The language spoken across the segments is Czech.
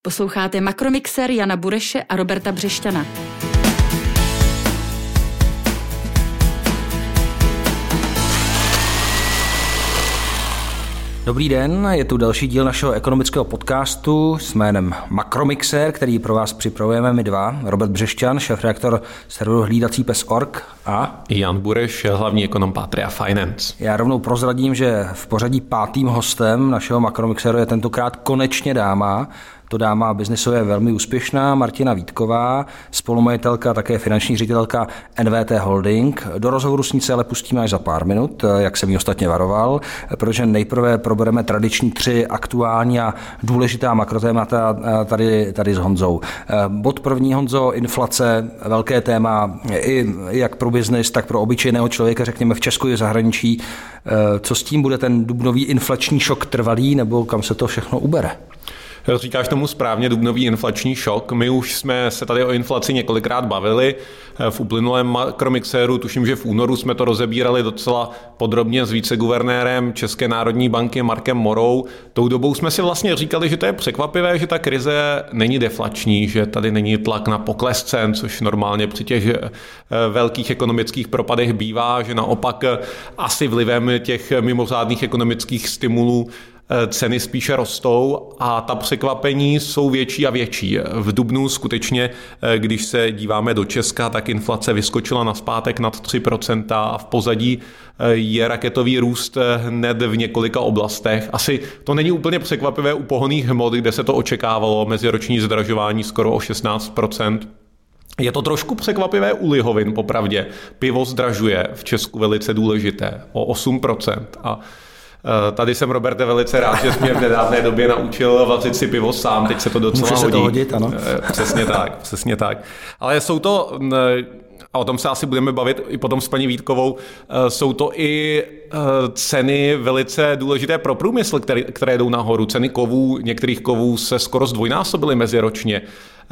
Posloucháte Makromixer Jana Bureše a Roberta Břešťana. Dobrý den, je tu další díl našeho ekonomického podcastu s jménem Makromixer, který pro vás připravujeme my dva, Robert Břešťan, šéfredaktor serveru Hlídací pes.org a Jan Bureš, hlavní ekonom Patria Finance. Já rovnou prozradím, že v pořadí pátým hostem našeho Makromixeru je tentokrát konečně dáma. To dáma biznesově je velmi úspěšná, Martina Vítková, spolumajitelka, také finanční ředitelka NWT Holding. Do rozhovoru s ní se ale pustíme až za pár minut, jak jsem ji ostatně varoval, protože nejprve probereme tradiční 3 aktuální a důležitá makrotémata tady s Honzou. Bod první, Honzo, inflace, velké téma i jak pro biznis, tak pro obyčejného člověka, řekněme v Česku i v zahraničí. Co s tím bude ten dubnový inflační šok trvalý, nebo kam se to všechno ubere? Říkáš tomu správně, dubnový inflační šok. My už jsme se tady o inflaci několikrát bavili. V uplynulém Makromixeru, tuším, že v únoru jsme to rozebírali docela podrobně s viceguvernérem České národní banky Markem Morou. Tou dobou jsme si vlastně říkali, že to je překvapivé, že ta krize není deflační, že tady není tlak na pokles cen, což normálně při těch velkých ekonomických propadech bývá, že naopak asi vlivem těch mimořádných ekonomických stimulů ceny spíše rostou a ta překvapení jsou větší a větší. V dubnu skutečně, když se díváme do Česka, tak inflace vyskočila nazpátek nad 3% a v pozadí je raketový růst hned v několika oblastech. Asi to není úplně překvapivé u pohonných hmot, kde se to očekávalo, meziroční zdražování skoro o 16%. Je to trošku překvapivé u lihovin, popravdě. Pivo zdražuje v Česku velice důležité o 8%. A tady jsem, Roberte, velice rád, že jsi mě v nedávné době naučil vařit si pivo sám, teď se to docela hodí. Může se to hodit, ano. Přesně tak. Ale jsou to, a o tom se asi budeme bavit i potom s paní Vítkovou, jsou to i ceny velice důležité pro průmysl, které jdou nahoru. Ceny kovů, některých kovů se skoro zdvojnásobily meziročně.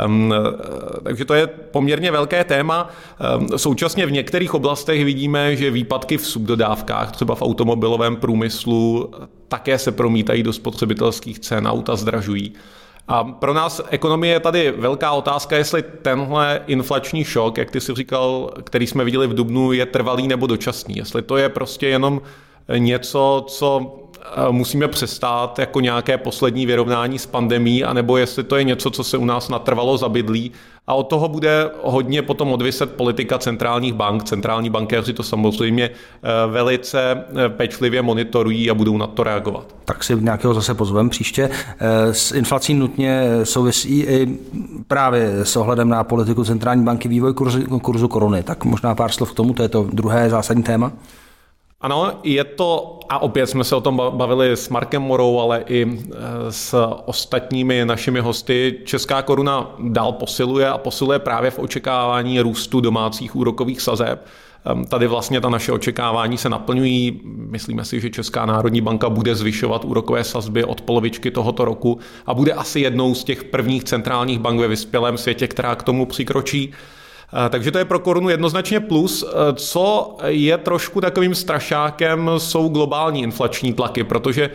Takže to je poměrně velké téma. Současně v některých oblastech vidíme, že výpadky v subdodávkách, třeba v automobilovém průmyslu, také se promítají do spotřebitelských cen, auta zdražují. A pro nás ekonomie je tady velká otázka, jestli tenhle inflační šok, jak ty jsi říkal, který jsme viděli v dubnu, je trvalý nebo dočasný. Jestli to je prostě jenom něco, co musíme přestát jako nějaké poslední vyrovnání s pandemií, anebo jestli to je něco, co se u nás natrvalo zabydlí. A od toho bude hodně potom odviset politika centrálních bank. Centrální bankéři to samozřejmě velice pečlivě monitorují a budou na to reagovat. Tak si nějakého zase pozvem příště. S inflací nutně souvisí i právě s ohledem na politiku centrální banky vývoj kurzu koruny. Tak možná pár slov k tomu, to je to druhé zásadní téma. Ano, je to, a opět jsme se o tom bavili s Markem Morou, ale i s ostatními našimi hosty, česká koruna dál posiluje a posiluje právě v očekávání růstu domácích úrokových sazeb. Tady vlastně ta naše očekávání se naplňují. Myslíme si, že Česká národní banka bude zvyšovat úrokové sazby od polovičky tohoto roku a bude asi jednou z těch prvních centrálních bank ve vyspělém světě, která k tomu přikročí. Takže to je pro korunu jednoznačně plus. Co je trošku takovým strašákem, jsou globální inflační tlaky, protože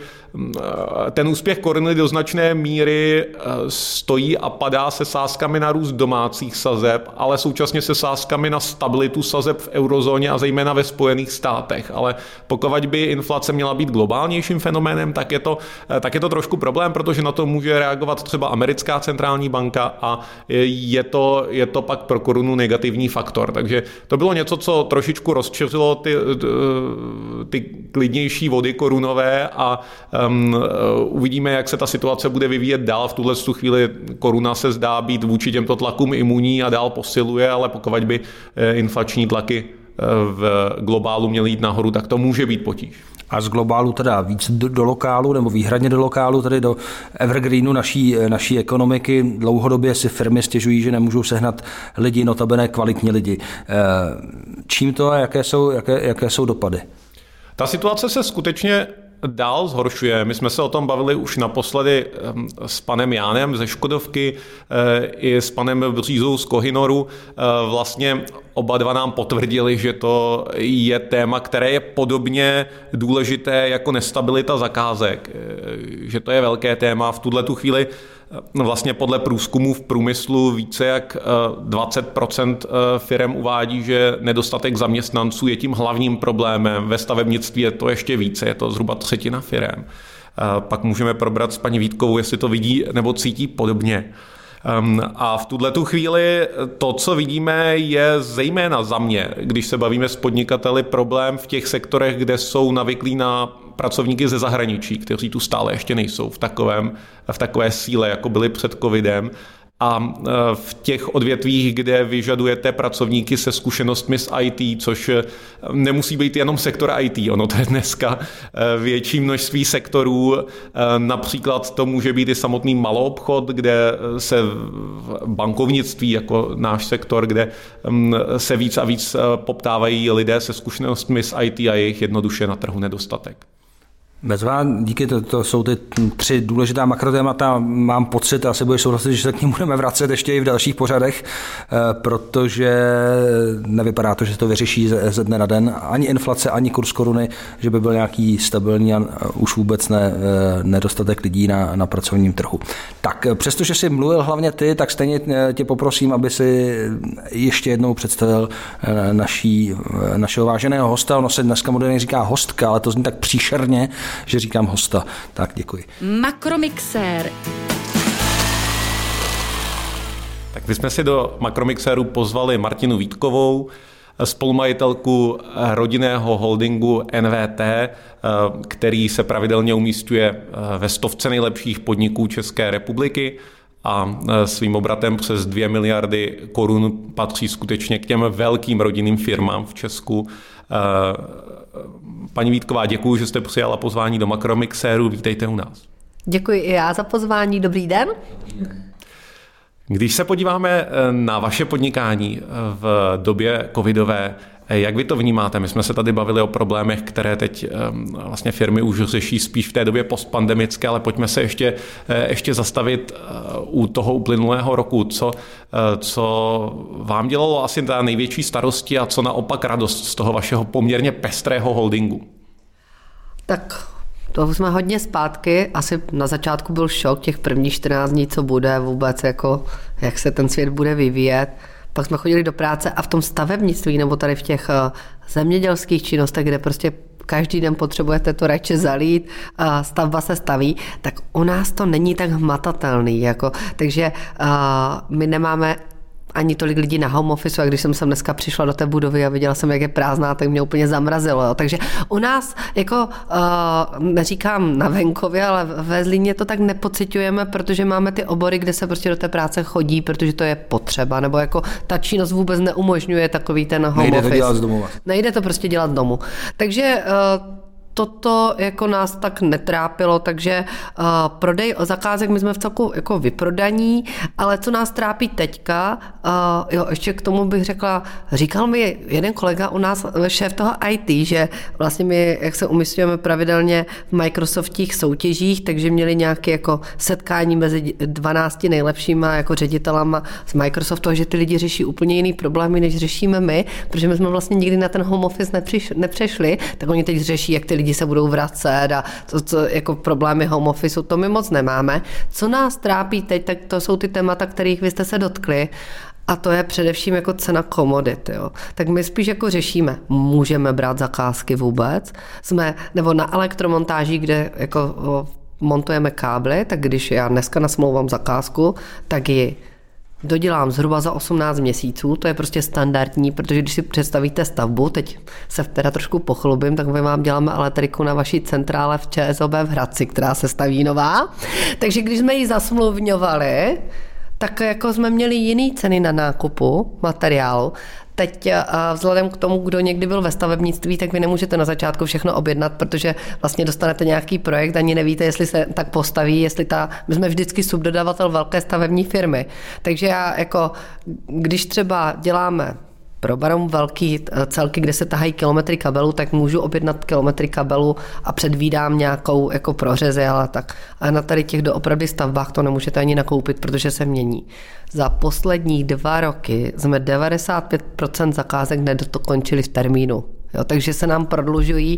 ten úspěch koruny do značné míry stojí a padá se sázkami na růst domácích sazeb, ale současně se sázkami na stabilitu sazeb v eurozóně a zejména ve Spojených státech. Ale pokud by inflace měla být globálnějším fenoménem, tak je to trošku problém, protože na to může reagovat třeba americká centrální banka a je to pak pro korunu negativní faktor. Takže to bylo něco, co trošičku rozčeřilo ty klidnější vody korunové a uvidíme, jak se ta situace bude vyvíjet dál. V tuhle chvíli koruna se zdá být vůči těmto tlakům imunní a dál posiluje, ale pokud by inflační tlaky v globálu měly jít nahoru, tak to může být potíž. A z globálu teda víc do lokálu nebo výhradně do lokálu, tedy do evergreenu naší ekonomiky. Dlouhodobě si firmy stěžují, že nemůžou sehnat lidi, notabene kvalitní lidi. Čím to a jaké jsou dopady? Ta situace se skutečně dál zhoršuje. My jsme se o tom bavili už naposledy s panem Jánem ze Škodovky i s panem Břízou z Kohinoru. Vlastně oba dva nám potvrdili, že to je téma, které je podobně důležité jako nestabilita zakázek. Že to je velké téma. V tuhletu chvíli vlastně podle průzkumů v průmyslu více jak 20% firem uvádí, že nedostatek zaměstnanců je tím hlavním problémem. Ve stavebnictví je to ještě více, je to zhruba 1/3 firem. Pak můžeme probrat s paní Vítkovou, jestli to vidí nebo cítí podobně. A v tuhletu chvíli to, co vidíme, je zejména za mě, když se bavíme s podnikateli, problém v těch sektorech, kde jsou navyklí na pracovníky ze zahraničí, kteří tu stále ještě nejsou v takové síle, jako byli před covidem. A v těch odvětvích, kde vyžadujete pracovníky se zkušenostmi s IT, což nemusí být jenom sektor IT, ono to je dneska větší množství sektorů, například to může být i samotný maloobchod, kde se bankovnictví jako náš sektor, kde se víc a víc poptávají lidé se zkušenostmi s IT a jejich jednoduše na trhu nedostatek. Bezva, díky, to jsou ty 3 důležitá makrotémata. Mám pocit, asi budeš souhlasit, že se k nim budeme vracet ještě i v dalších pořadech, protože nevypadá to, že se to vyřeší ze dne na den. Ani inflace, ani kurz koruny, že by byl nějaký stabilní a už vůbec nedostatek lidí na pracovním trhu. Tak přestože jsi mluvil hlavně ty, tak stejně tě poprosím, aby si ještě jednou představil našeho váženého hosta. Ono se dneska moderně říká hostka, ale to zní tak příšerně, že říkám hosta. Tak děkuji. Makromixér. Tak my jsme si do Makromixéru pozvali Martinu Vítkovou, spolumajitelku rodinného holdingu NVT, který se pravidelně umísťuje ve 100 nejlepších podniků České republiky a svým obratem přes 2 miliardy korun patří skutečně k těm velkým rodinným firmám v Česku. Paní Vítková, děkuji, že jste přijala pozvání do Makromixéru. Vítejte u nás. Děkuji i já za pozvání. Dobrý den. Když se podíváme na vaše podnikání v době covidové, jak vy to vnímáte? My jsme se tady bavili o problémech, které teď vlastně firmy už řeší spíš v té době postpandemické, ale pojďme se ještě zastavit u toho uplynulého roku. Co vám dělalo asi ta největší starosti a co naopak radost z toho vašeho poměrně pestrého holdingu? Tak to jsme hodně zpátky. Asi na začátku byl šok těch prvních 14 dní, co bude vůbec, jako, jak se ten svět bude vyvíjet. Pak jsme chodili do práce a v tom stavebnictví nebo tady v těch zemědělských činnostech, kde prostě každý den potřebujete to radši zalít, stavba se staví, tak u nás to není tak hmatatelný. Jako, takže my nemáme ani tolik lidí na home office, a když jsem sem dneska přišla do té budovy a viděla jsem, jak je prázdná, tak mě úplně zamrazilo. Jo. Takže u nás, jako neříkám na venkově, ale ve Zlíně to tak nepociťujeme, protože máme ty obory, kde se prostě do té práce chodí, protože to je potřeba, nebo jako ta činnost vůbec neumožňuje takový ten home office. Nejde to dělat z domu. Nejde to prostě dělat z domu. Takže toto jako nás tak netrápilo, takže prodej zakázek, my jsme v celku jako vyprodaní, ale co nás trápí teďka, ještě k tomu bych řekla, říkal mi jeden kolega u nás, šéf toho IT, že vlastně my, jak se umístujeme pravidelně v Microsoftích soutěžích, takže měli nějaké jako setkání mezi 12 nejlepšíma jako ředitelama z Microsoftu, že ty lidi řeší úplně jiný problémy, než řešíme my, protože my jsme vlastně nikdy na ten home office nepřešli, tak oni teď řeší, jak ty lidi se budou vracet a to jako problémy home office, to my moc nemáme. Co nás trápí teď, tak to jsou ty témata, kterých vy jste se dotkli, a to je především jako cena komodit. Jo. Tak my spíš jako řešíme, můžeme brát zakázky vůbec, nebo na elektromontáži, kde jako montujeme kábly, tak když já dneska nasmlouvám zakázku, tak ji dodělám zhruba za 18 měsíců, to je prostě standardní, protože když si představíte stavbu, teď se teda trošku pochlubím, tak my vám děláme elektriku na vaší centrále v ČSOB v Hradci, která se staví nová. Takže když jsme ji zasmluvňovali, tak jako jsme měli jiný ceny na nákupu materiálu. Teď vzhledem k tomu, kdo někdy byl ve stavebnictví, tak vy nemůžete na začátku všechno objednat, protože vlastně dostanete nějaký projekt, ani nevíte, jestli se tak postaví, my jsme vždycky subdodavatel velké stavební firmy. Takže já jako, když třeba děláme pro Barom velký celky, kde se tahají kilometry kabelů, tak můžu objednat kilometry kabelů a předvídám nějakou jako prořezy, ale tak. A na tady těch doopravdy stavbách to nemůžete ani nakoupit, protože se mění. Za posledních 2 roky jsme 95% zakázek nedokončili v termínu. Jo, takže se nám prodlužují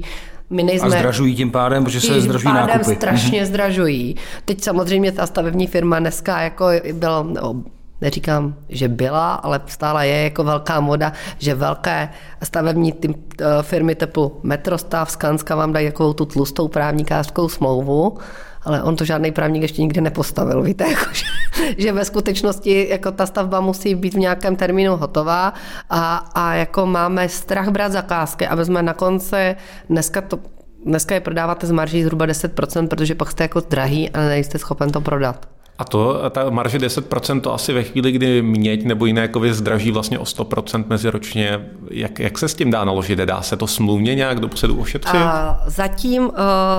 My nejsme... A zdražují tím pádem, protože se zdražují nákupy. Strašně zdražují. Teď samozřejmě ta stavební firma dneska jako byla... Neříkám, že byla, ale stále je jako velká moda, že velké stavební firmy typu Metrostav, Skanska vám dají takovou tu tlustou právníkářskou smlouvu, ale on to žádný právník ještě nikdy nepostavil, víte, jako, že ve skutečnosti jako ta stavba musí být v nějakém termínu hotová a jako máme strach brát zakázky, aby jsme na konci dneska je prodáváte z marží zhruba 10%, protože pak jste jako drahý a nejste schopen to prodat. A ta marže 10% to asi ve chvíli, kdy měď nebo jiné kovy zdraží vlastně o 100% meziročně, jak se s tím dá naložit? Dá se to smluvně nějak dopředu ošetřit? Zatím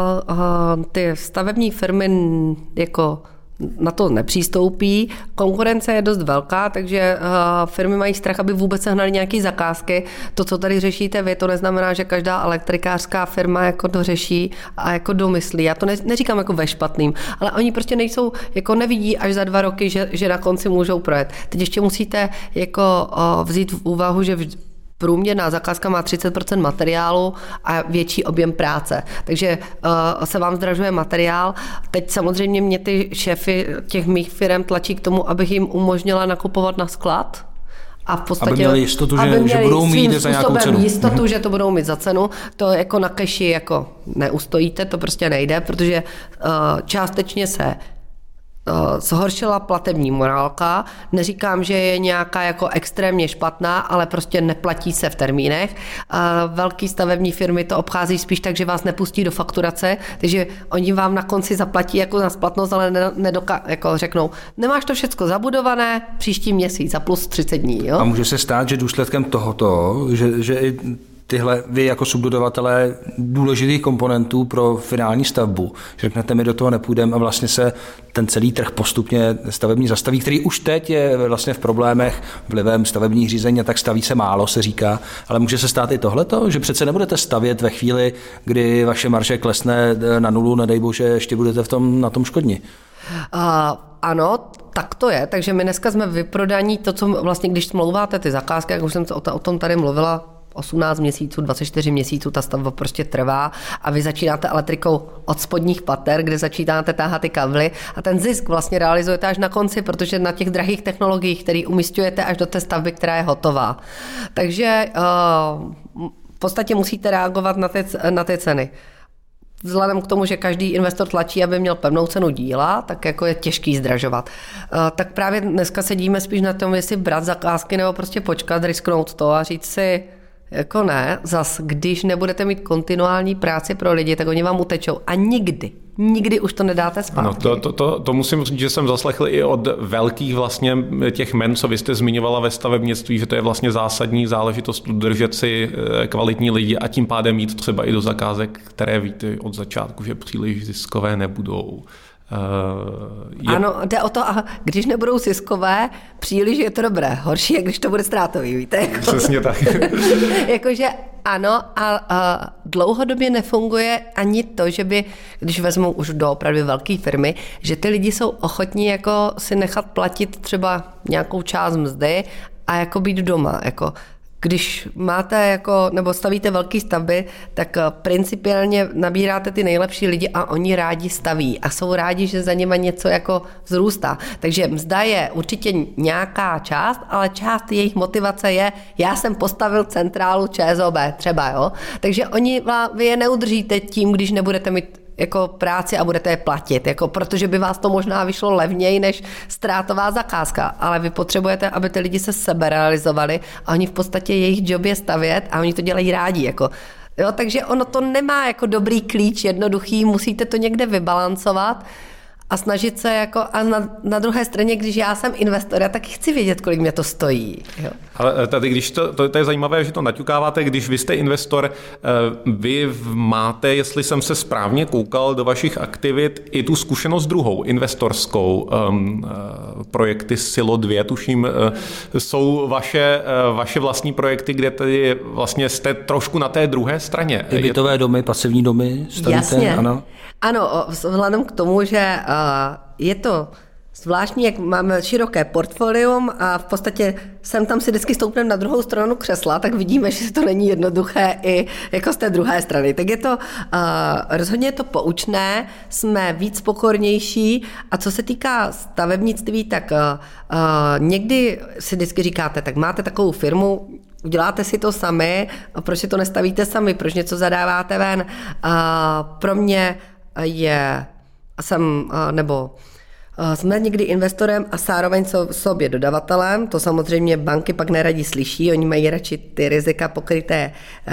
ty stavební firmy jako na to nepřistoupí. Konkurence je dost velká, takže firmy mají strach, aby vůbec sehnaly nějaké zakázky. To, co tady řešíte vy, to neznamená, že každá elektrikářská firma jako to řeší a jako domyslí. Já to neříkám jako ve špatným, ale oni prostě nejsou, jako nevidí až za 2 roky, že na konci můžou projet. Teď ještě musíte jako vzít v úvahu, že průměrná zakázka má 30% materiálu a větší objem práce. Takže se vám zdražuje materiál. Teď samozřejmě mě ty šéfy těch mých firm tlačí k tomu, abych jim umožnila nakupovat na sklad. A v podstatě, aby měli jistotu, že budou mít za nějakou cenu. Jistotu, že to budou mít za cenu. To jako na keši jako neustojíte, to prostě nejde, protože částečně se zhoršila platební morálka. Neříkám, že je nějaká jako extrémně špatná, ale prostě neplatí se v termínech. Velký stavební firmy to obchází spíš tak, že vás nepustí do fakturace, takže oni vám na konci zaplatí jako na splatnost, ale jako řeknou, nemáš to všecko zabudované, příští měsíc za plus 30 dní. Jo? A může se stát, že důsledkem tohoto, že i tyhle vy jako subdodavatelé důležitých komponentů pro finální stavbu, že řeknete, my do toho nepůjdeme a vlastně se ten celý trh postupně stavební zastaví, který už teď je vlastně v problémech vlivem stavebních řízení a tak staví se málo, se říká, ale může se stát i tohleto, že přece nebudete stavět ve chvíli, kdy vaše marže klesne na nulu, nedej bože, ještě budete na tom škodni. Ano, tak to je, takže my dneska jsme vyprodaní, to, co vlastně, když smlouváte ty zakázky, jak už jsem o tom tady mluvila, 18 měsíců, 24 měsíců ta stavba prostě trvá a vy začínáte elektrikou od spodních pater, kde začínáte táhat ty kabely a ten zisk vlastně realizujete až na konci, protože na těch drahých technologiích, které umísťujete až do té stavby, která je hotová. Takže v podstatě musíte reagovat na ty ceny. Vzhledem k tomu, že každý investor tlačí, aby měl pevnou cenu díla, tak jako je těžký zdražovat. Tak právě dneska sedíme spíš na tom, jestli brát zakázky nebo prostě počkat, risknout to a říct si, jako ne, zas když nebudete mít kontinuální práci pro lidi, tak oni vám utečou a nikdy už to nedáte zpátky. No, to musím říct, že jsem zaslechl i od velkých vlastně těch men, co vy jste zmiňovala ve stavebnictví, že to je vlastně zásadní záležitost udržet si kvalitní lidi a tím pádem mít třeba i do zakázek, které víte od začátku, že příliš ziskové nebudou. Ano, jde o to, a když nebudou ziskové, příliš je to dobré. Horší je, když to bude ztrátový, víte? Jako, přesně tak. Jakože ano, a dlouhodobě nefunguje ani to, že by, když vezmou už do opravdu velké firmy, že ty lidi jsou ochotní jako si nechat platit třeba nějakou část mzdy a jako být doma, jako když máte jako, nebo stavíte velké stavby, tak principiálně nabíráte ty nejlepší lidi a oni rádi staví a jsou rádi, že za něma něco jako vzrůstá. Takže mzda je určitě nějaká část, ale část jejich motivace je, já jsem postavil centrálu ČSOB třeba, jo. Takže vy je neudržíte tím, když nebudete mít jako práci a budete je platit, jako protože by vás to možná vyšlo levněji než ztrátová zakázka, ale vy potřebujete, aby ty lidi se seberealizovali a oni v podstatě jejich job je stavět a oni to dělají rádi, jako. Jo, takže ono to nemá jako dobrý klíč, jednoduchý, musíte to někde vybalancovat a snažit se jako, a na druhé straně, když já jsem investor, já taky chci vědět, kolik mě to stojí. Jo. Ale tady, když to je zajímavé, že to naťukáváte, když vy jste investor, vy máte, jestli jsem se správně koukal do vašich aktivit, i tu zkušenost druhou, investorskou, projekty Silo 2, tuším, jsou vaše vlastní projekty, kde tedy vlastně jste trošku na té druhé straně. I bytové domy, pasivní domy stavíte? Jasně. Ano. Ano, vzhledem k tomu, že je to zvláštní, jak máme široké portfolium a v podstatě sem tam si vždycky stoupneme na druhou stranu křesla, tak vidíme, že to není jednoduché i jako z té druhé strany. Tak je to, rozhodně je to poučné, jsme víc pokornější a co se týká stavebnictví, tak někdy si vždycky říkáte, tak máte takovou firmu, uděláte si to sami, proč si to nestavíte sami, proč něco zadáváte ven. Pro mě jsme někdy investorem a zároveň sobě dodavatelem, to samozřejmě banky pak neradí slyší, oni mají radši ty rizika pokryté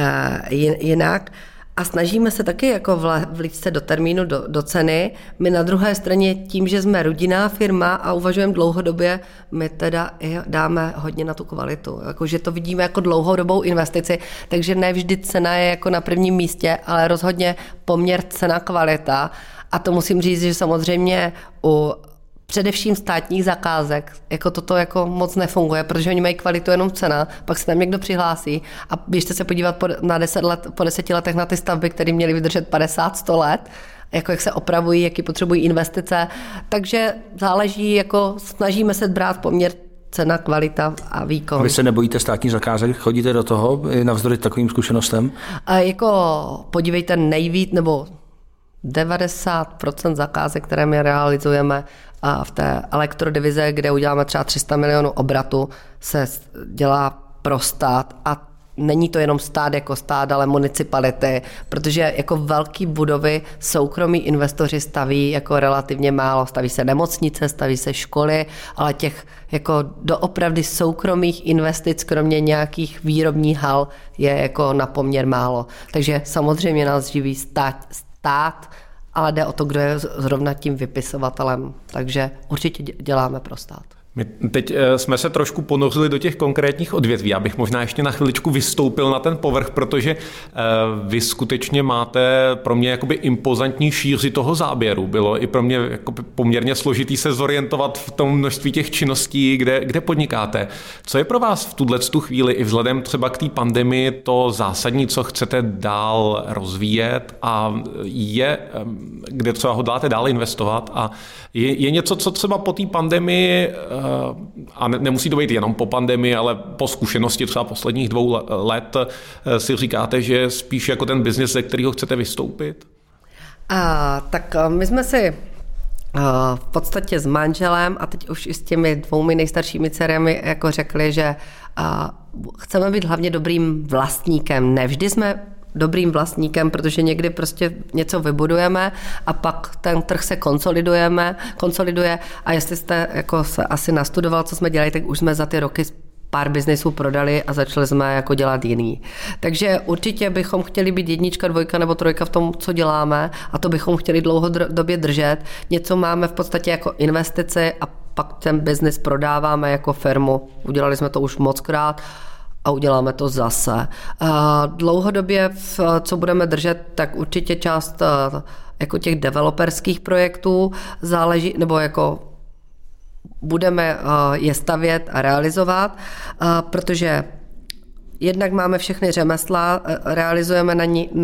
jinak a snažíme se taky jako vlít se do termínu, do ceny. My na druhé straně tím, že jsme rodinná firma a uvažujeme dlouhodobě, my teda i dáme hodně na tu kvalitu, jakože to vidíme jako dlouhodobou investici, takže ne vždy cena je jako na prvním místě, ale rozhodně poměr cena kvalita a to musím říct, že samozřejmě u především státních zakázek, jako toto jako moc nefunguje, protože oni mají kvalitu jenom cena, pak se tam někdo přihlásí a běžte se podívat po 10 letech na ty stavby, které měly vydržet 50-100 let, jako jak se opravují, jaký potřebují investice, takže záleží, jako snažíme se brát poměr cena, kvalita a výkon. Vy se nebojíte státních zakázek? Chodíte do toho navzdory takovým zkušenostem? Jako podívejte nejvíc, nebo 90% zakázek, které my realizujeme a v té elektrodivize, kde uděláme třeba 300 milionů obratu, se dělá pro stát a není to jenom stát jako stát, ale municipality, protože jako velké budovy soukromí investoři staví jako relativně málo. Staví se nemocnice, staví se školy, ale těch jako doopravdy soukromých investic, kromě nějakých výrobních hal, je jako na poměr málo. Takže samozřejmě nás živí stát, ale jde o to, kdo je zrovna tím vypisovatelem. Takže určitě děláme pro stát. My teď jsme se trošku ponořili do těch konkrétních odvětví. Já bych možná ještě na chviličku vystoupil na ten povrch, protože vy skutečně máte pro mě jakoby impozantní šíři toho záběru. Bylo i pro mě jakoby poměrně složitý se zorientovat v tom množství těch činností, kde podnikáte. Co je pro vás v tuto chvíli i vzhledem třeba k té pandemii to zásadní, co chcete dál rozvíjet a kde třeba hodláte dál investovat a je něco, co třeba po té pandemii a nemusí to být jenom po pandemii, ale po zkušenosti třeba posledních 2 let si říkáte, že spíš jako ten biznis, ze kterého chcete vystoupit? Tak my jsme si v podstatě s manželem a teď už i s těmi 2 nejstaršími dcerami jako řekli, že chceme být hlavně dobrým vlastníkem. Nevždy jsme dobrým vlastníkem, protože někdy prostě něco vybudujeme a pak ten trh se konsoliduje a jestli jste jako se asi nastudoval, co jsme dělali, tak už jsme za ty roky pár biznesů prodali a začali jsme jako dělat jiný. Takže určitě bychom chtěli být 1, 2 nebo 3 v tom, co děláme a to bychom chtěli dlouhodobě držet. Něco máme v podstatě jako investici a pak ten biznis prodáváme jako firmu. Udělali jsme to už mockrát a uděláme to zase. Dlouhodobě, co budeme držet, tak určitě část jako těch developerských projektů záleží, nebo jako budeme je stavět a realizovat, protože jednak máme všechny řemesla, realizujeme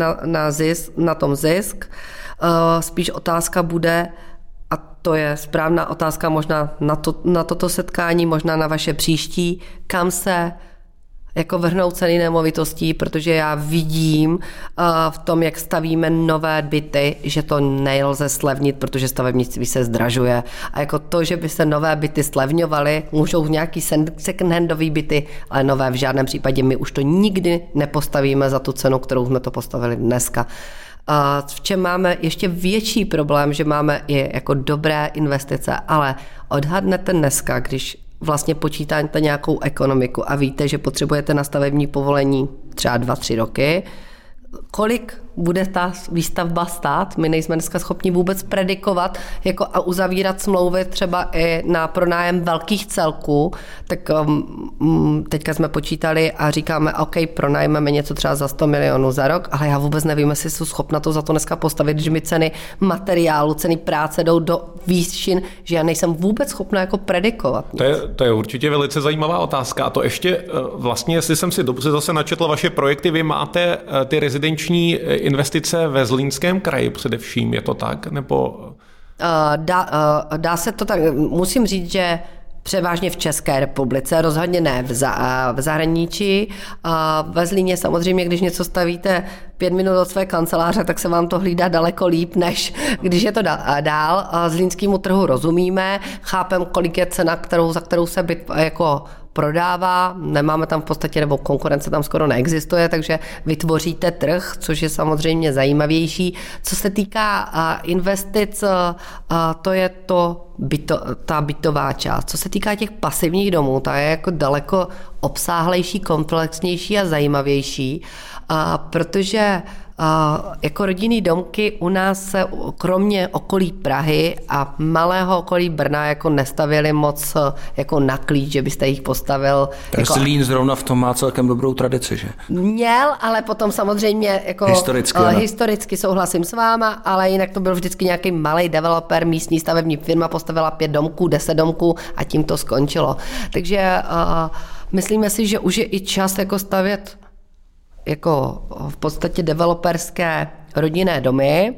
na tom zisk. Spíš otázka bude, a to je správná otázka možná na toto setkání, možná na vaše příští, kam se jako vrhnout ceny nemovitostí, protože já vidím v tom, jak stavíme nové byty, že to nelze slevnit, protože stavebnictví se zdražuje. A jako to, že by se nové byty slevňovaly, můžou nějaký second-handový byty, ale nové v žádném případě my už to nikdy nepostavíme za tu cenu, kterou jsme to postavili dneska. V čem máme ještě větší problém, že máme i jako dobré investice, ale odhadnete dneska, když vlastně počítáte nějakou ekonomiku a víte, že potřebujete na stavební povolení třeba 2-3 roky, kolik bude ta výstavba stát? My nejsme dneska schopni vůbec predikovat jako a uzavírat smlouvy třeba i na pronájem velkých celků, tak teďka jsme počítali a říkáme, OK, pronajmeme něco třeba za 100 milionů za rok, ale já vůbec nevím, jestli jsou schopna to za to dneska postavit, když mi ceny materiálu, ceny práce jdou do výšin, že já nejsem vůbec schopna jako predikovat. To je určitě velice zajímavá otázka a to ještě vlastně, jestli jsem si dobře zase načetl vaše projekty, vy máte ty rezidenční investice ve Zlínském kraji především, je to tak? Nebo... Dá se to tak, musím říct, že převážně v České republice, rozhodně ne v zahraničí. Ve Zlíně samozřejmě, když něco stavíte 5 minut od své kanceláře, tak se vám to hlídá daleko líp, než když je to dál. Zlínskému trhu rozumíme, chápem, kolik je cena, za kterou se byt jako prodává, nemáme tam v podstatě, nebo konkurence tam skoro neexistuje, takže vytvoříte trh, což je samozřejmě zajímavější. Co se týká investic, to je ta bytová část. Co se týká těch pasivních domů, ta je jako daleko obsáhlejší, komplexnější a zajímavější, protože jako rodinný domky u nás se kromě okolí Prahy a malého okolí Brna jako nestavěli moc jako na klíč, že byste jich postavil. Jako Zlín zrovna v tom má celkem dobrou tradici, že? Měl, ale potom samozřejmě jako historicky souhlasím s váma, ale jinak to byl vždycky nějaký malý developer, místní stavební firma postavila 5 domků, 10 domků a tím to skončilo. Takže myslíme si, že už je i čas jako stavět jako v podstatě developerské rodinné domy.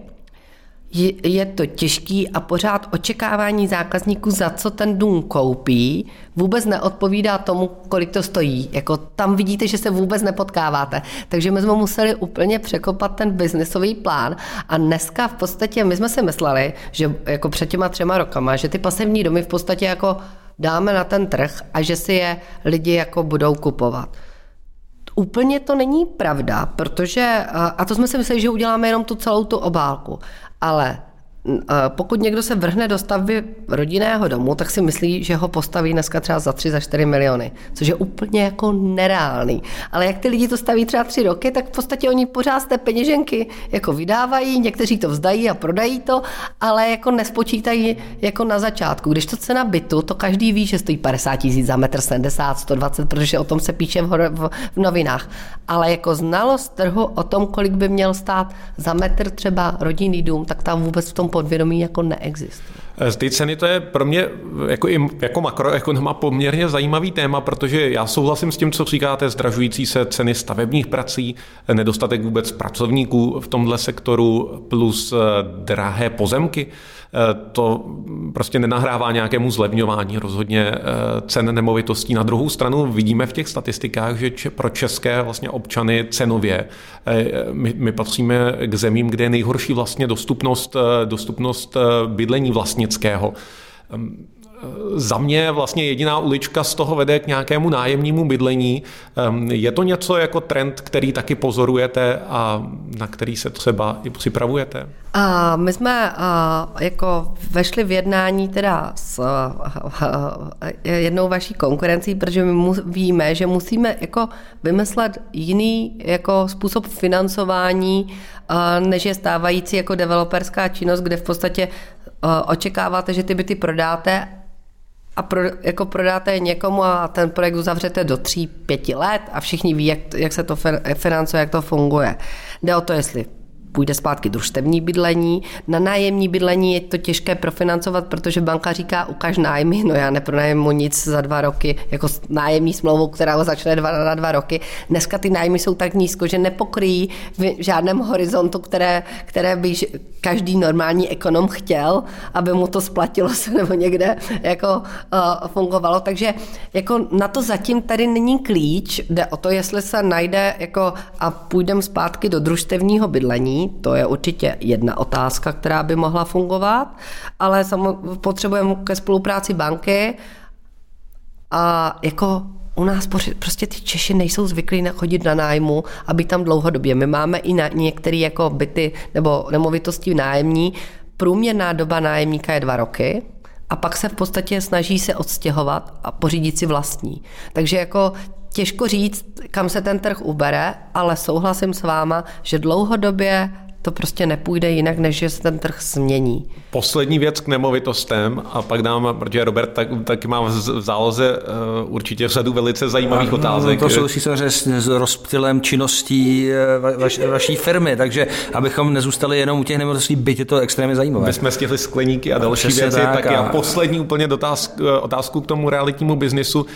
Je to těžký a pořád očekávání zákazníků, za co ten dům koupí, vůbec neodpovídá tomu, kolik to stojí. Jako tam vidíte, že se vůbec nepotkáváte. Takže my jsme museli úplně překopat ten biznisový plán a dneska v podstatě my jsme si mysleli, že jako před těma 3 rokama, že ty pasivní domy v podstatě jako dáme na ten trh a že si je lidi jako budou kupovat. Úplně to není pravda, protože, a to jsme si mysleli, že uděláme jenom tu celou tu obálku, ale pokud někdo se vrhne do stavby rodinného domu, tak si myslí, že ho postaví dneska třeba za 3, za 4 miliony, což je úplně jako nereálný. Ale jak ty lidi to staví třeba 3 roky, tak v podstatě oni pořád z té peněženky jako vydávají, někteří to vzdají a prodají to, ale jako nespočítají jako na začátku. Když to cena bytu, to každý ví, že stojí 50 000 za metr, 70, 120, protože o tom se píše v novinách. Ale jako znalost trhu o tom, kolik by měl stát za metr třeba rodinný dům, tak tam vůbec v tom podvědomí jako neexistuje. Z té ceny to je pro mě jako makroekonoma poměrně zajímavý téma, protože já souhlasím s tím, co říkáte, zdražující se ceny stavebních prací, nedostatek vůbec pracovníků v tomhle sektoru plus drahé pozemky. To prostě nenahrává nějakému zlevňování rozhodně cen nemovitostí. Na druhou stranu vidíme v těch statistikách, že pro české vlastně občany cenově my patříme k zemím, kde je nejhorší vlastně dostupnost bydlení vlastnického. Za mě vlastně jediná ulička z toho vede k nějakému nájemnímu bydlení. Je to něco jako trend, který taky pozorujete a na který se třeba i připravujete? My jsme jako vešli v jednání teda s jednou vaší konkurencí, protože my víme, že musíme jako vymyslet jiný jako způsob financování, než je stávající jako developerská činnost, kde v podstatě očekáváte, že ty byty prodáte a jako prodáte je někomu a ten projekt uzavřete do 3-5 let a všichni ví, jak se to financuje, jak to funguje. Jde o to, jestli půjde zpátky družstevní bydlení. Na nájemní bydlení je to těžké profinancovat, protože banka říká, ukaž nájmy, no já nepronajmu nic za 2 roky, jako nájemní smlouvu, která začne na 2 roky. Dneska ty nájmy jsou tak nízko, že nepokryjí v žádném horizontu, které by každý normální ekonom chtěl, aby mu to splatilo se nebo někde jako fungovalo. Takže jako na to zatím tady není klíč, jde o to, jestli se najde jako a půjdeme zpátky do družstevního bydlení. To je určitě jedna otázka, která by mohla fungovat, ale potřebujeme ke spolupráci banky a jako u nás prostě ty Češi nejsou zvyklí chodit na nájmu, aby tam dlouhodobě. My máme i na některé jako byty nebo nemovitosti nájemní. Průměrná doba nájemníka je 2 roky a pak se v podstatě snaží se odstěhovat a pořídit si vlastní. Takže jako těžko říct, kam se ten trh ubere, ale souhlasím s váma, že dlouhodobě to prostě nepůjde jinak, než že se ten trh změní. Poslední věc k nemovitostem a pak dám, protože Robert taky má v záloze určitě řadu velice zajímavých otázek. To souvisí samozřejmě s rozptylem činností vaší firmy, takže abychom nezůstali jenom u těch nemovitostí, byť je to extrémně zajímavé. Bychom stihli skleníky a další věci, tak já poslední úplně otázku k tomu realitnímu biznisu.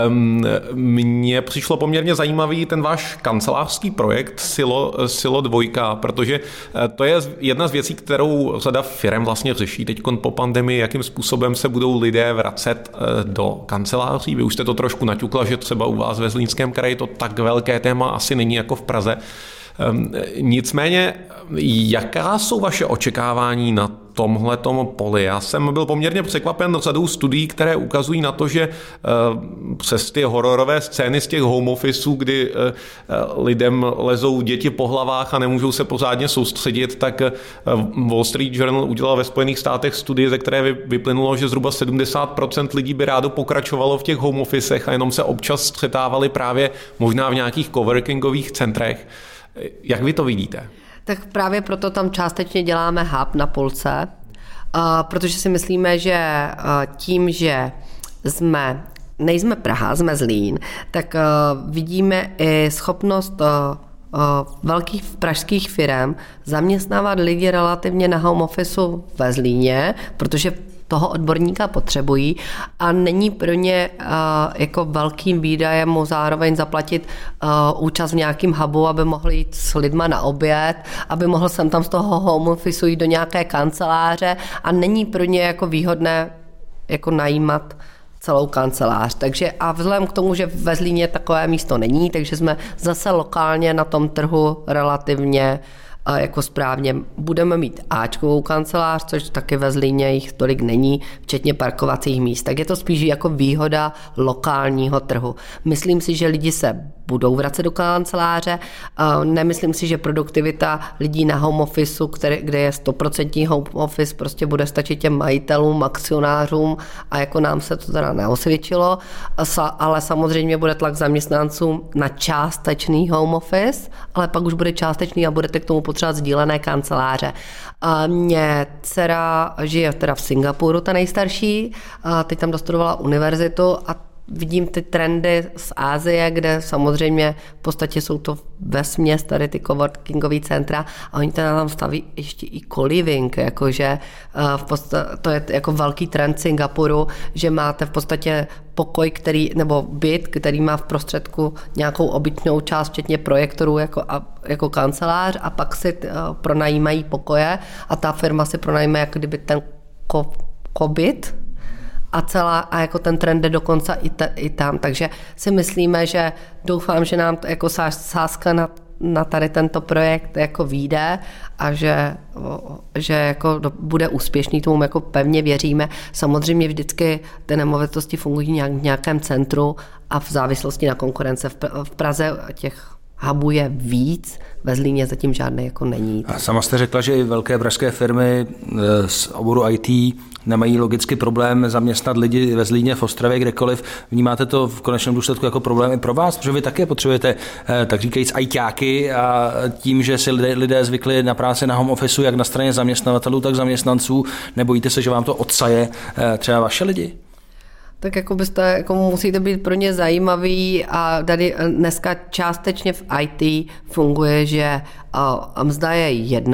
Mně přišlo poměrně zajímavý ten váš kancelářský projekt Silo 2, protože to je jedna z věcí, kterou řada firem vlastně řeší teď po pandemii, jakým způsobem se budou lidé vracet do kanceláří. Vy už jste to trošku naťukla, že třeba u vás ve Zlínském kraji to tak velké téma asi není jako v Praze. Nicméně, jaká jsou vaše očekávání na tomhletom poli? Já jsem byl poměrně překvapen řadou studií, které ukazují na to, že přes ty hororové scény z těch home officeů, kdy lidem lezou děti po hlavách a nemůžou se pořádně soustředit, tak Wall Street Journal udělal ve Spojených státech studii, ze které vyplynulo, že zhruba 70% lidí by rádo pokračovalo v těch home officech a jenom se občas střetávali právě možná v nějakých coworkingových centrech. Jak vy to vidíte? Tak právě proto tam částečně děláme hub na Polce, protože si myslíme, že tím, že nejsme Praha, jsme Zlín, tak vidíme i schopnost velkých pražských firm zaměstnávat lidi relativně na home officeu ve Zlíně, protože toho odborníka potřebují a není pro ně jako velkým výdajem mu zároveň zaplatit účast v nějakým hubu, aby mohli jít s lidma na oběd, aby mohl sem tam z toho home officeu jít do nějaké kanceláře a není pro ně jako výhodné jako najímat celou kancelář. Takže a vzhledem k tomu, že ve Zlíně takové místo není, takže jsme zase lokálně na tom trhu relativně jako správně. Budeme mít áčkovou kancelář, což taky ve Zlíně jich tolik není, včetně parkovacích míst. Tak je to spíš jako výhoda lokálního trhu. Myslím si, že lidi se budou vracet do kanceláře. Nemyslím si, že produktivita lidí na home officeu, kde je 100% home office, prostě bude stačit těm majitelům, akcionářům a jako nám se to teda neosvědčilo, ale samozřejmě bude tlak zaměstnancům na částečný home office, ale pak už bude částečný a budete k tomu potřebovat sdílené kanceláře. Mě dcera žije teda v Singapuru, ta nejstarší, teď tam dostudovala univerzitu a vidím ty trendy z Asie, kde samozřejmě v podstatě jsou to vesměs tady ty coworkingové centra a oni tam staví ještě i co-living, jakože to je jako velký trend Singapuru, že máte v podstatě pokoj, nebo byt, který má v prostředku nějakou obytnou část, včetně projektorů jako kancelář a pak si pronajímají pokoje a ta firma si pronajímá jako kdyby ten byt a jako ten trend jde dokonce i tam. Takže si myslíme, že doufám, že nám jako sázka na tady tento projekt jako vyjde a že jako bude úspěšný, tomu jako pevně věříme. Samozřejmě vždycky ty nemovitosti fungují v nějakém centru a v závislosti na konkurence. V Praze těch hubů je víc, ve Zlíně zatím žádný jako není. A sama jste řekla, že i velké pražské firmy z oboru IT nemají logicky problém zaměstnat lidi ve Zlíně, v Ostravě, kdekoliv. Vnímáte to v konečném důsledku jako problém i pro vás, protože vy také potřebujete, tak říkajíc, ITáky a tím, že si lidé zvykli na práci na home officeu, jak na straně zaměstnavatelů, tak zaměstnanců, nebojíte se, že vám to odsaje třeba vaše lidi? Tak musíte být pro ně zajímavý a tady dneska částečně v IT funguje, že mzda je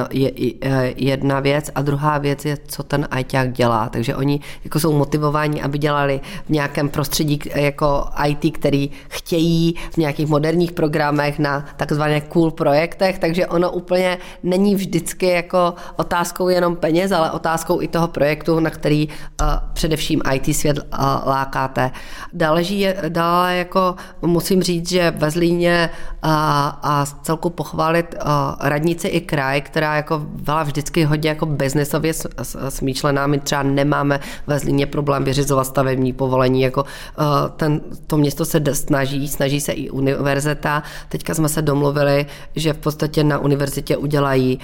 jedna věc a druhá věc je, co ten ITák dělá. Takže oni jako jsou motivováni, aby dělali v nějakém prostředí jako IT, který chtějí v nějakých moderních programech na takzvané cool projektech, takže ono úplně není vždycky jako otázkou jenom peněz, ale otázkou i toho projektu, na který především IT svět lákáte. Dále jako musím říct, že ve Zlíně a celku pochválit radnici i kraj, která jako byla vždycky hodně jako biznesově smýšlená. My třeba nemáme ve Zlíně problém vyřizovat stavební povolení, jako to město se snaží se i univerzita. Teďka jsme se domluvili, že v podstatě na univerzitě udělají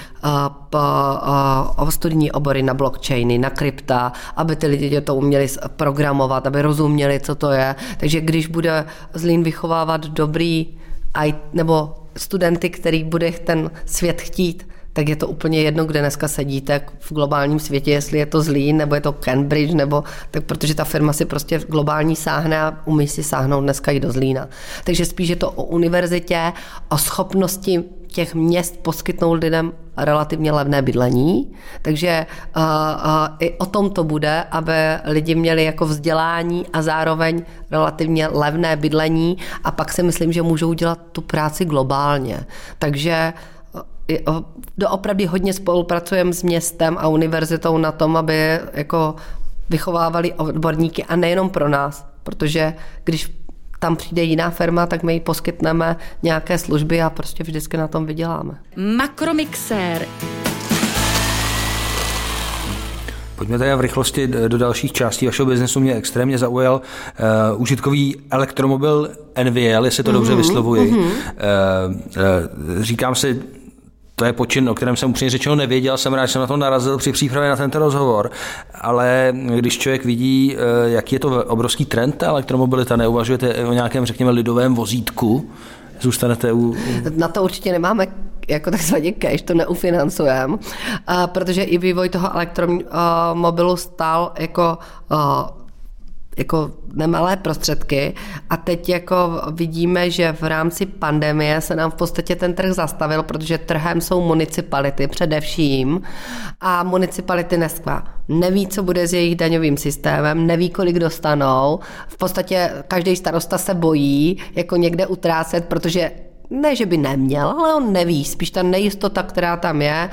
studijní obory na blockchainy, na krypta, aby ty lidi to uměli programovat, aby rozuměli, co to je. Takže když bude Zlín vychovávat dobrý nebo studenty, který bude ten svět chtít, tak je to úplně jedno, kde dneska sedíte v globálním světě, jestli je to Zlín, nebo je to Cambridge, tak protože ta firma si prostě globální sáhne a umí si sáhnout dneska i do Zlína. Takže spíš je to o univerzitě, o schopnosti těch měst poskytnout lidem relativně levné bydlení, takže i o tom to bude, aby lidi měli jako vzdělání a zároveň relativně levné bydlení a pak si myslím, že můžou dělat tu práci globálně. Takže doopravdy hodně spolupracujeme s městem a univerzitou na tom, aby jako vychovávali odborníky a nejenom pro nás, protože když tam přijde jiná firma, tak my jí poskytneme nějaké služby a prostě vždycky na tom vyděláme. Makromixér. Pojďme tady v rychlosti do dalších částí vašeho biznesu. Mě extrémně zaujal užitkový elektromobil NVL, jestli to dobře vyslovuji. Říkám si, to je počin, o kterém jsem upřímně řečeno nevěděl, jsem rád, že jsem na to narazil při přípravě na tento rozhovor, ale když člověk vidí, jaký je to obrovský trend, ta elektromobilita, neuvažujete o nějakém, řekněme, lidovém vozítku, zůstanete u... Na to určitě nemáme jako takzvaně cash, to neufinancujeme, protože i vývoj toho elektromobilu stál jako nemalé prostředky a teď jako vidíme, že v rámci pandemie se nám v podstatě ten trh zastavil, protože trhem jsou municipality především a municipality dneska neví, co bude s jejich daňovým systémem, neví, kolik dostanou. V podstatě každý starosta se bojí jako někde utrácet, protože ne, že by neměl, ale on neví. Spíš ta nejistota, která tam je,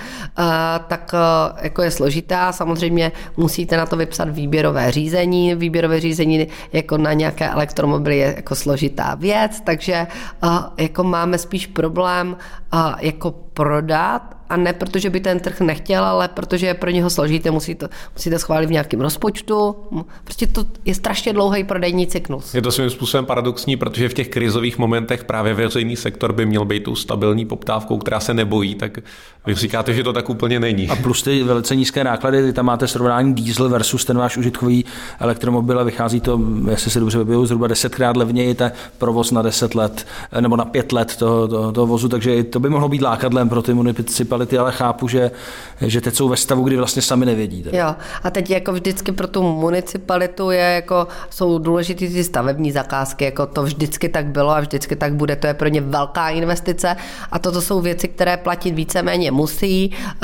tak jako je složitá. Samozřejmě musíte na to vypsat výběrové řízení. Výběrové řízení jako na nějaké elektromobily je jako složitá věc, takže jako máme spíš problém jako prodat, a ne protože by ten trh nechtěl, ale protože je pro něho složité, musíte schválit v nějakém rozpočtu. Prostě to je strašně dlouhý prodejní cyklus. Je to svým způsobem paradoxní, protože v těch krizových momentech právě veřejný sektor by měl být tou stabilní poptávkou, která se nebojí, tak vy říkáte, že to tak úplně není. A plus ty velice nízké náklady, tam máte srovnání diesel versus ten váš užitkový elektromobil a vychází to, jestli se dobře vybavuju, zhruba 10krát levněji, ten provoz na 10 let nebo na 5 let toho vozu, takže to by mohlo být lákadlem pro ty municipality, ale chápu, že teď jsou ve stavu, kdy vlastně sami nevědí. Tak. Jo, a teď jako vždycky pro tu municipalitu jsou důležité ty stavební zakázky, jako to vždycky tak bylo a vždycky tak bude, to je pro ně velká investice a toto jsou věci, které platit víceméně musí a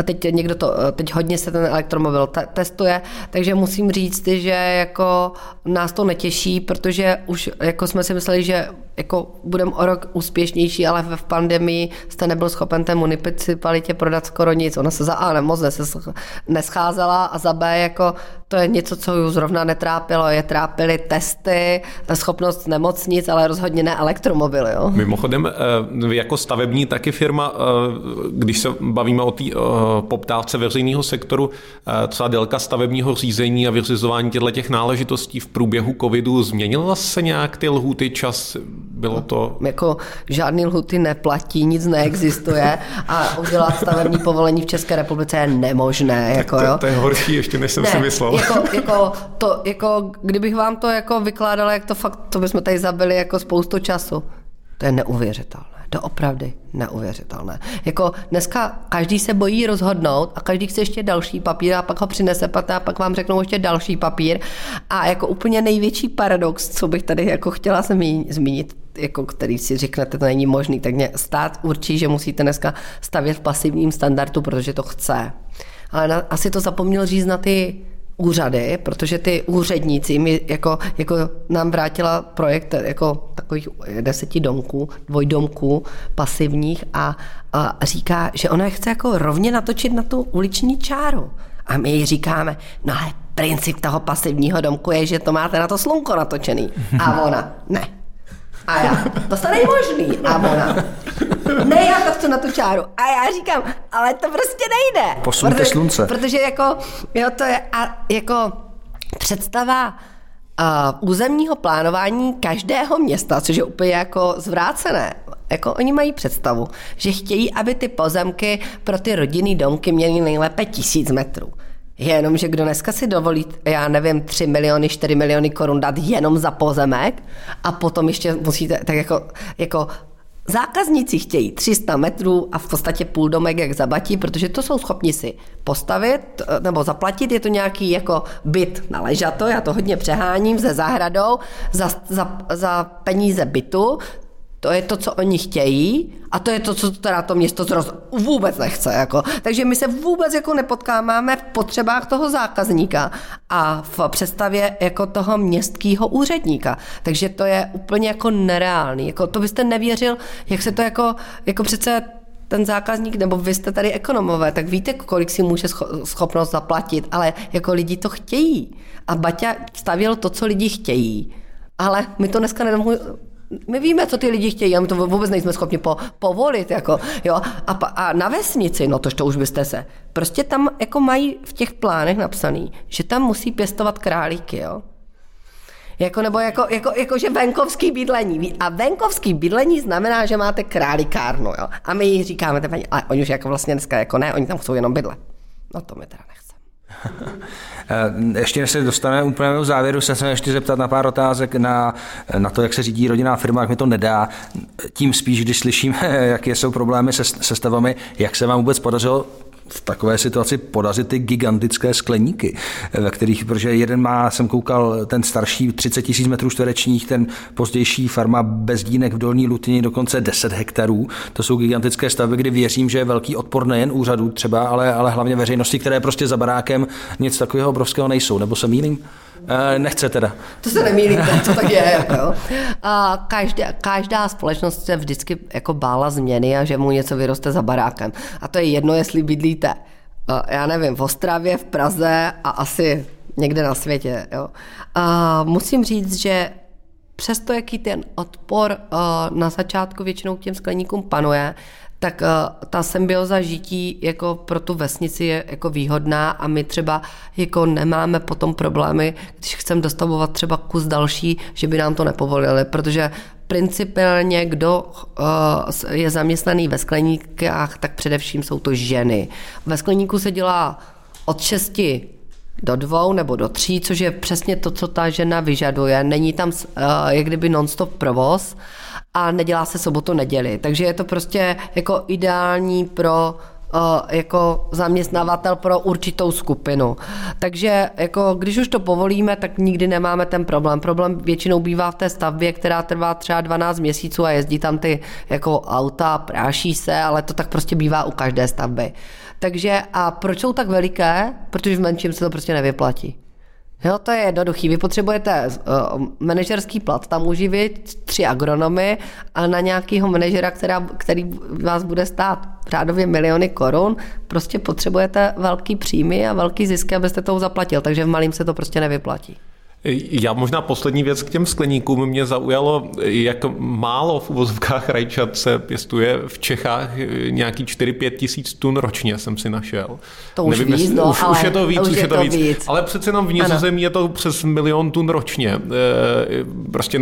teď hodně se ten elektromobil testuje, takže musím říct, že jako nás to netěší, protože už jako jsme si mysleli, že jako budeme o rok úspěšnější, ale v pandemii jste nebyl schopen té municipalitě prodat skoro nic. Ona se za A moc nescházela a za B jako to je něco, co ju zrovna netrápilo. Je trápily testy, ta schopnost nemocnic, ale rozhodně ne elektromobily. Jo. Mimochodem, jako stavební taky firma, když se bavíme o té poptávce veřejného sektoru, třeba délka stavebního řízení a vyřizování těchto náležitostí v průběhu covidu, změnila se nějak ty lhůty, čas? Bylo to... Jako žádný lhuty neplatí, nic neexistuje a udělat stavební povolení v České republice je nemožné. Jako, to je horší ještě, než jsem si myslel. Kdybych vám to jako vykládala, jak to fakt, to bychom tady zabili jako spoustu času. To je neuvěřitelné. Doopravdy neuvěřitelné. Jako dneska každý se bojí rozhodnout a každý chce ještě další papír a pak ho přinese a pak vám řeknou ještě další papír. A jako úplně největší paradox, co bych tady jako chtěla zmínit, jako který si řeknete, to není možný, tak mě stát určí, že musíte dneska stavět v pasivním standardu, protože to chce. Ale asi to zapomněl říct na ty úřady, protože ty úředníci mi jako nám vrátila projekt jako takových 10 domků, 2 domků pasivních a říká, že ona chce jako rovně natočit na tu uliční čáru. A my jí říkáme, no ale princip toho pasivního domku je, že to máte na to slunko natočený. A ona, ne. A já, to není možný. A ona, ne, já to chci na tu čáru. A já říkám, ale to prostě nejde. Posuňte slunce. Protože jako, jo, to je jako představa územního plánování každého města, což je úplně jako zvrácené. Jako oni mají představu, že chtějí, aby ty pozemky pro ty rodinný domky měly nejlépe 1000 metrů. Jenom, že kdo dneska si dovolí, já nevím, 3 miliony, 4 miliony korun dát jenom za pozemek a potom ještě musíte, tak jako zákazníci chtějí 300 metrů a v podstatě půl domek jak zabatí, protože to jsou schopni si postavit nebo zaplatit, je to nějaký jako byt na ležato, já to hodně přeháním, se zahradou za peníze bytu. To je to, co oni chtějí a to je to, co teda to město vůbec nechce. Jako. Takže my se vůbec jako nepotkáváme v potřebách toho zákazníka a v představě jako toho městského úředníka. Takže to je úplně jako nereálný. Jako, to byste nevěřil, jak se to jako přece ten zákazník, nebo vy jste tady ekonomové, tak víte, kolik si může schopnost zaplatit, ale jako lidi to chtějí. A Baťa stavěl to, co lidi chtějí. Ale my to dneska my víme, co ty lidi chtějí, a my to vůbec nejsme schopni povolit. Jako, jo. A na vesnici, no to už byste se. Prostě tam jako mají v těch plánech napsaný, že tam musí pěstovat králíky, jo. Jako že venkovský bydlení. A venkovský bydlení znamená, že máte králíkárnu, jo. A my jí říkáme, ale oni už jako vlastně dneska jako ne, oni tam chcou jenom bydlet. No to my teda nechceme. Ještě než se dostaneme úplně do závěru, se ještě zeptat na pár otázek na to, jak se řídí rodinná firma, jak mi to nedá. Tím spíš, když slyšíme, jaké jsou problémy se stavami, jak se vám vůbec podařilo v takové situaci podařit ty gigantické skleníky, ve kterých, protože jeden má, jsem koukal, ten starší 30 000 metrů čtverečních, ten pozdější farma Bezdínek v Dolní Lutyni dokonce 10 hektarů. To jsou gigantické stavby, kdy věřím, že je velký odpor nejen úřadů třeba, ale hlavně veřejnosti, které prostě za barákem nic takového obrovského nejsou. Nebo se mýlím? Nechce teda. To se nemýlíte, to tak je. Jako. A každá společnost se vždycky jako bála změny a že mu něco vyroste za barákem. A to je jedno, jestli bydlíte, já nevím, v Ostravě, v Praze a asi někde na světě. Jo. A musím říct, že přesto, jaký ten odpor na začátku většinou těm skleníkům panuje, tak ta symbioza žití jako pro tu vesnici je jako výhodná a my třeba jako nemáme potom problémy, když chceme dostavovat třeba kus další, že by nám to nepovolili, protože principiálně, kdo je zaměstnaný ve skleníkách, tak především jsou to ženy. Ve skleníku se dělá od 6 do 2 nebo do 3, což je přesně to, co ta žena vyžaduje. Není tam jak kdyby non-stop provoz a nedělá se sobotu, neděli. Takže je to prostě jako ideální pro jako zaměstnavatel pro určitou skupinu. Takže jako když už to povolíme, tak nikdy nemáme ten problém. Problém většinou bývá v té stavbě, která trvá třeba 12 měsíců a jezdí tam ty jako auta, práší se, ale to tak prostě bývá u každé stavby. Takže a proč jsou tak veliké? Protože v menším se to prostě nevyplatí. Jo, to je jednoduchý. Vy potřebujete manažerský plat, tam uživit 3 agronomy a na nějakého manažera, který vás bude stát řádově miliony korun, prostě potřebujete velký příjmy a velký zisky, abyste toho zaplatil, takže v malým se to prostě nevyplatí. Já možná poslední věc k těm skleníkům mě zaujalo, jak málo v uvozovkách rajčat se pěstuje v Čechách, nějaký 4-5 tisíc tun ročně jsem si našel. To už víc, no, už je to víc. Ale přece jenom v Nizozemí je to přes 1 milion tun ročně. Prostě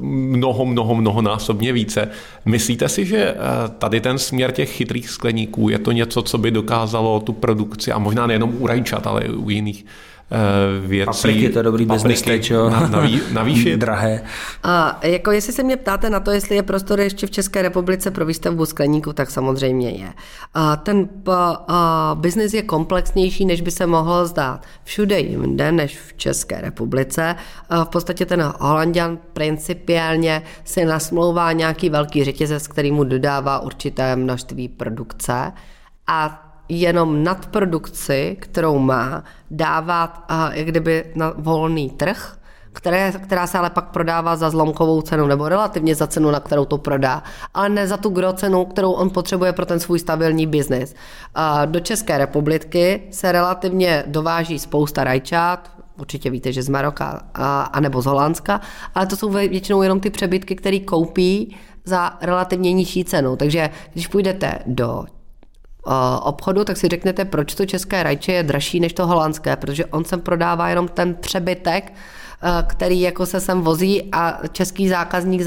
mnohonásobně více. Myslíte si, že tady ten směr těch chytrých skleníků je to něco, co by dokázalo tu produkci, a možná nejenom u rajčat, ale i u jiných věcí. Papriky, to je dobrý business teď, jo. Navýšit. Drahé. A jako jestli se mě ptáte na to, jestli je prostor ještě v České republice pro výstavbu skleníků, tak samozřejmě je. Ten business je komplexnější, než by se mohlo zdát. Všude jinde, než v České republice. V podstatě ten Holanďan principiálně si nasmlouvá nějaký velký řetězec, který mu dodává určité množství produkce a jenom nadprodukci, kterou má, dávat jak kdyby na volný trh, která se ale pak prodává za zlomkovou cenu nebo relativně za cenu, na kterou to prodá, ale ne za tu gro cenu, kterou on potřebuje pro ten svůj stabilní biznis. Do České republiky se relativně dováží spousta rajčat, určitě víte, že z Maroka a nebo z Holandska, ale to jsou většinou jenom ty přebytky, které koupí za relativně nižší cenu. Takže když půjdete do obchodu, tak si řeknete, proč to české rajče je dražší než to holandské, protože on sem prodává jenom ten přebytek, který jako se sem vozí a český zákazník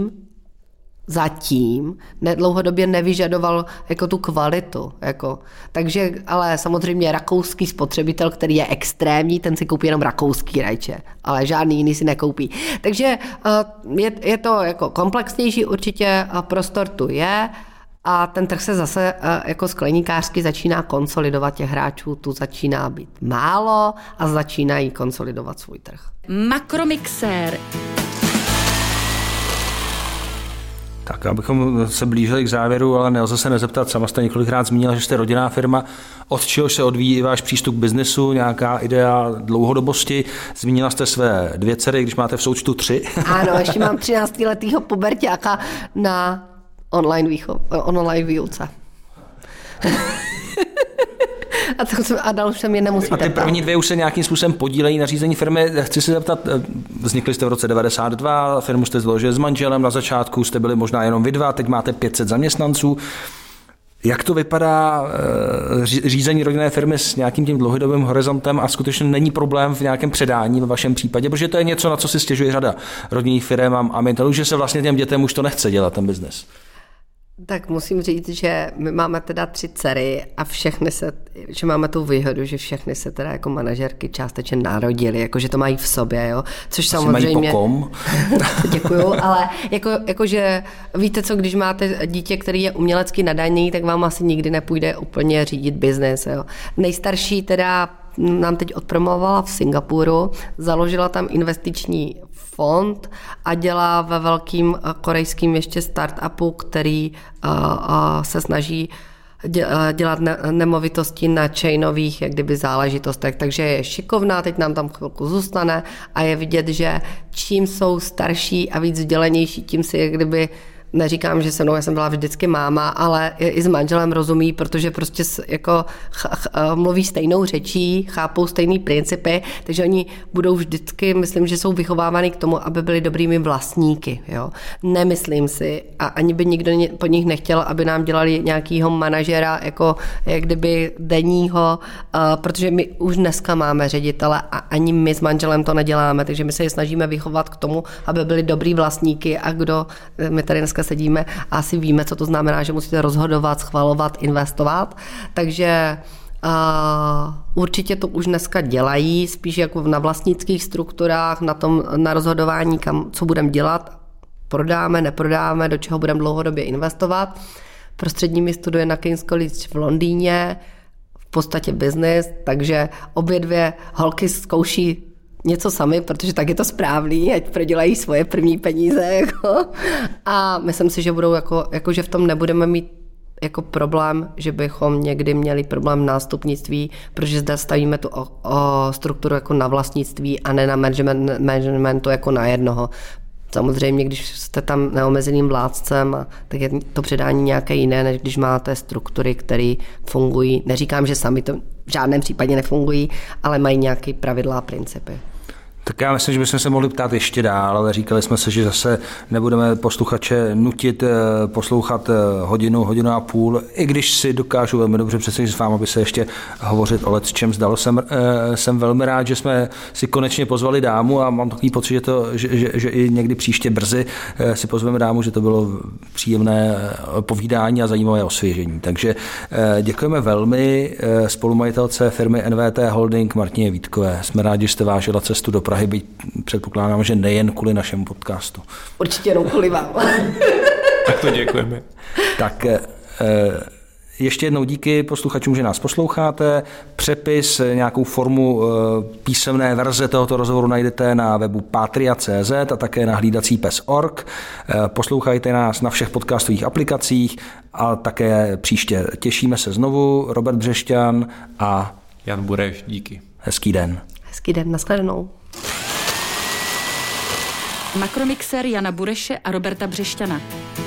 zatím dlouhodobě nevyžadoval jako tu kvalitu. Jako. Takže, ale samozřejmě rakouský spotřebitel, který je extrémní, ten si koupí jenom rakouský rajče, ale žádný jiný si nekoupí. Takže je to jako komplexnější, určitě prostor tu je, a ten trh se zase jako skleníkářsky začíná konsolidovat, těch hráčů tu začíná být málo a začínají konsolidovat svůj trh. Makromixér. Tak, abychom se blížili k závěru, ale nelze se nezeptat, sama jste několikrát zmínila, že jste rodinná firma, od čehož se odvíjí váš přístup k biznesu, nějaká idea dlouhodobosti. Zmínila jste své 2 dcery, když máte v součtu 3. Ano, ještě mám 13letýho puberťáka na online výuce. A dal už jsem je nemusíte. A ty první dvě už se nějakým způsobem podílejí na řízení firmy. Chci se zeptat, vznikli jste v roce 92, firmu jste založili s manželem, na začátku jste byli možná jenom vy dva, teď máte 500 zaměstnanců. Jak to vypadá řízení rodinné firmy s nějakým tím dlouhodobým horizontem a skutečně není problém v nějakém předání ve vašem případě, protože to je něco, na co si stěžuje řada rodinných firm a majitelů, že se vlastně těm dětem už to nechce dělat ten biznes. Tak musím říct, že my máme teda 3 dcery a že máme tu výhodu, že všechny se teda jako manažerky částečně narodily, jakože to mají v sobě, jo, což asi samozřejmě... Mají pokom. Děkuju, ale jakože víte co, když máte dítě, který je umělecky nadaný, tak vám asi nikdy nepůjde úplně řídit biznes, jo. Nejstarší teda nám teď odpromovala v Singapuru, založila tam investiční fond a dělá ve velkým korejským ještě startupu, který se snaží dělat nemovitosti na chainových jak kdyby záležitostech, takže je šikovná, teď nám tam chvilku zůstane a je vidět, že čím jsou starší a víc vzdělanější, tím si jak kdyby neříkám, že se mnou, já jsem byla vždycky máma, ale i s manželem rozumí, protože prostě jako mluví stejnou řečí, chápou stejný principy, takže oni budou vždycky, myslím, že jsou vychovávány k tomu, aby byli dobrými vlastníky. Jo. Nemyslím si, a ani by nikdo po nich nechtěl, aby nám dělali nějakýho manažera, jako jak kdyby denního, protože my už dneska máme ředitele a ani my s manželem to neděláme, takže my se je snažíme vychovat k tomu, aby byli dobrý vlastníky a my tady dneska sedíme a asi víme, co to znamená, že musíte rozhodovat, schvalovat, investovat. Takže určitě to už dneska dělají, spíš jako na vlastnických strukturách, na rozhodování, co budeme dělat, prodáme, neprodáme, do čeho budeme dlouhodobě investovat. Prostřední mi studuje na King's College v Londýně, v podstatě business, takže obě dvě holky zkouší něco sami, protože tak je to správný, ať prodělají svoje první peníze. Jako. A myslím si, že budou že v tom nebudeme mít jako problém, že bychom někdy měli problém nástupnictví, protože zde stavíme tu strukturu jako na vlastnictví a ne na managementu jako na jednoho. Samozřejmě, když jste tam neomezeným vládcem, tak je to předání nějaké jiné, než když máte struktury, které fungují. Neříkám, že sami to v žádném případě nefungují, ale mají nějaké pravidla a principy. Tak já myslím, že bychom se mohli ptát ještě dál, ale říkali jsme se, že zase nebudeme posluchače nutit poslouchat hodinu a půl, i když si dokážu velmi dobře představit s vámi, aby se ještě hovořit o lecčem zdalo. Jsem velmi rád, že jsme si konečně pozvali dámu a mám takový pocit, že i někdy příště brzy si pozveme dámu, že to bylo příjemné povídání a zajímavé osvěžení. Takže děkujeme velmi spolumajitelce firmy NVT Holding Martině Vítkové. Jsme rádi, že jste vážila cestu do Prahy, byť předpokládám, že nejen kvůli našemu podcastu. Určitě jenom kvůli vám. Tak to děkujeme. Tak ještě jednou díky posluchačům, že nás posloucháte. Přepis, nějakou formu písemné verze tohoto rozhovoru najdete na webu patria.cz a také na hlídací pes.org. Poslouchejte nás na všech podcastových aplikacích a také příště. Těšíme se znovu. Robert Břešťan a Jan Bureš, díky. Hezký den. Hezký den, nashledanou. Makromixer Jana Bureše a Roberta Břešťana.